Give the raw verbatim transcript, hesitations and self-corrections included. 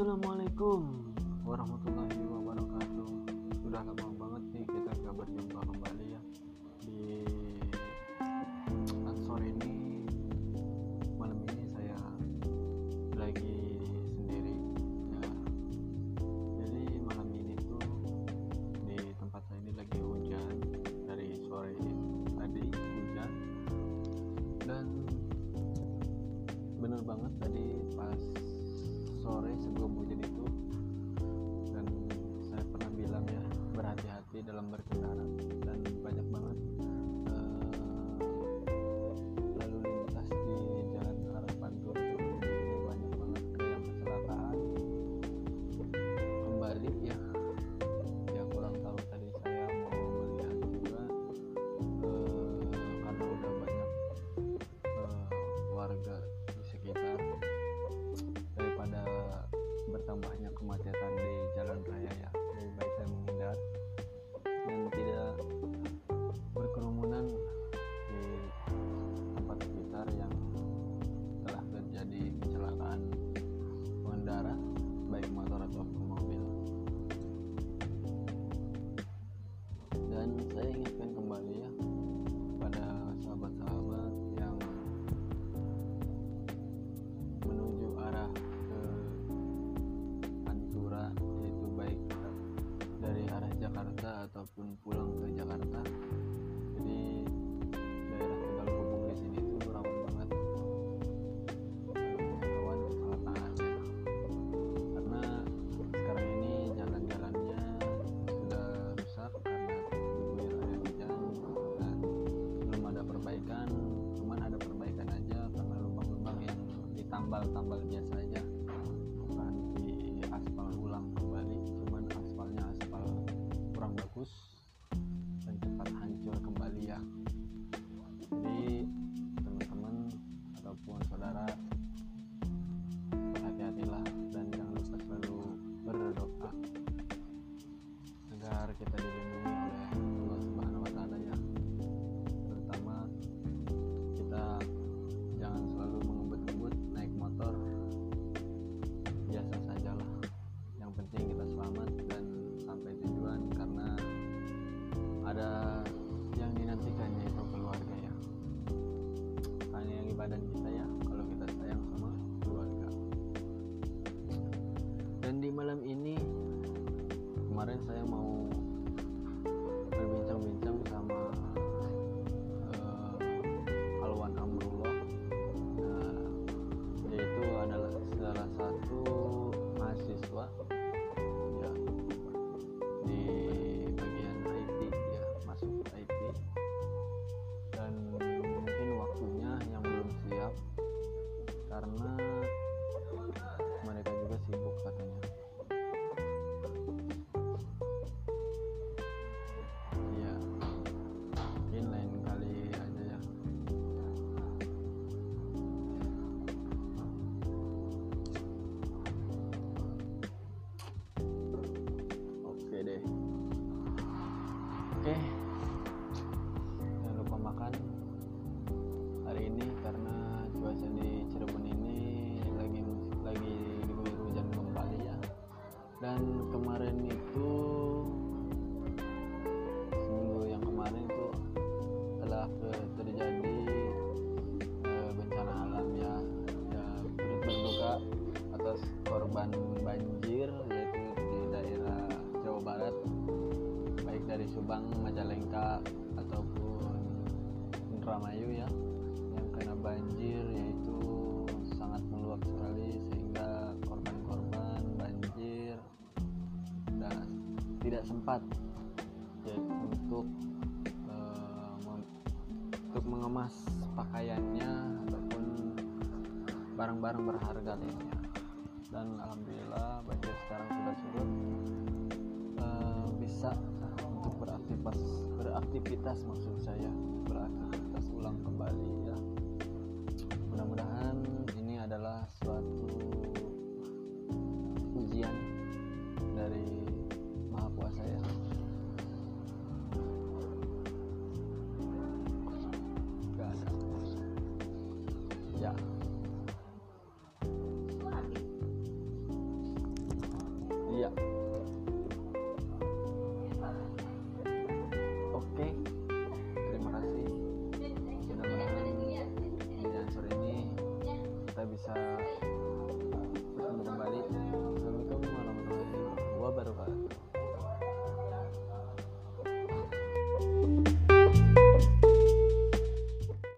Assalamualaikum warahmatullahi wabarakatuh. Sudah lama banget nih kita gak berjumpa kembali ya. Di sore ini, malam ini saya lagi sendiri ya. Jadi malam ini tuh di tempat saya ini lagi hujan. Dari sore tadi hujan. Dan bener banget tadi pas sore sebelum hujan itu, dan saya pernah bilang ya, berhati-hati dalam berkendara. Dan banyak banget uh, lalu lintas di jalan arah Pantura itu, banyak banget yang kecelakaan kembali ya. Ya kurang tahu, tadi saya mau melihat juga uh, karena udah banyak uh, warga di sekitar, daripada bertambahnya kemacetan di jalan raya ya, lebih baik saya menghindar dan tidak berkerumunan di tempat sekitar yang telah terjadi kecelakaan pengendara baik motor ataupun mobil. Dan saya ingatkan kembali ya pada sahabat-sahabat yang menuju arah ke Pantura, yaitu baik dari arah Jakarta ataupun pulang ke Jakarta. Jadi daerah Tegal Kubung di sini tuh rawan banget rawan kecelakaannya, karena sekarang ini jalan-jalannya sudah rusak karena diguyur air hujan dan belum ada perbaikan. Cuman ada perbaikan aja karena lubang-lubang yang ditambal-tambal biasa aja, bukan di aspal ulang kembali. Cuman aspalnya aspal kurang bagus dan cepat hancur kembali ya. Jadi teman-teman ataupun saudara, berhati-hatilah dan jangan lupa selalu berdoa agar kita dilindungi oleh Allah Subhanahu wa taala ya. Terutama kita jangan selalu mengebut-ngebut naik motor, biasa sajalah. Yang penting kita selamat dan sampai tujuan, karena ada yang dinantikan, yaitu keluarga ya. Hanya yang ibadah kita ya, kalau kita sayang sama keluarga. Dan di malam ini, kemarin saya mau berbincang-bincang sama uh, Alwan Amrullah. Nah, yaitu adalah salah satu mahasiswa ya di bagian I T ya, masuk I T, dan mungkin waktunya yang belum siap karena mereka juga sibuk katanya. Ya mungkin lain kali aja ya. Oke deh. Oke, jangan lupa makan hari ini karena cuaca di Cirebon ini lagi lagi diguyur hujan kembali ya. Dan kemarin itu, seminggu yang kemarin itu telah ke- terjadi eh, bencana alam ya. Ya, turut berduka atas korban banjir, yaitu di daerah Jawa Barat, baik dari Subang, Majalengka ataupun Indramayu ya, yang kena banjir, yaitu sangat meluap sekali sehingga korban-korban banjir dan tidak sempat ya, untuk eh, mem- untuk mengemas pakaiannya ataupun barang-barang berharga lainnya. Dan alhamdulillah banjir sekarang sudah surut, eh, bisa untuk beraktivitas beraktivitas maksud saya beraktivitas ulang kembali ya. Mudah-mudahan ini adalah suatu ujian dari Maha Kuasa ya. Gak ada ya. Iya. Oke, terima kasih. Mudah-mudahan dengan sore ini kita bisa bertemu kembali. Assalamualaikum warahmatullahi wabarakatuh.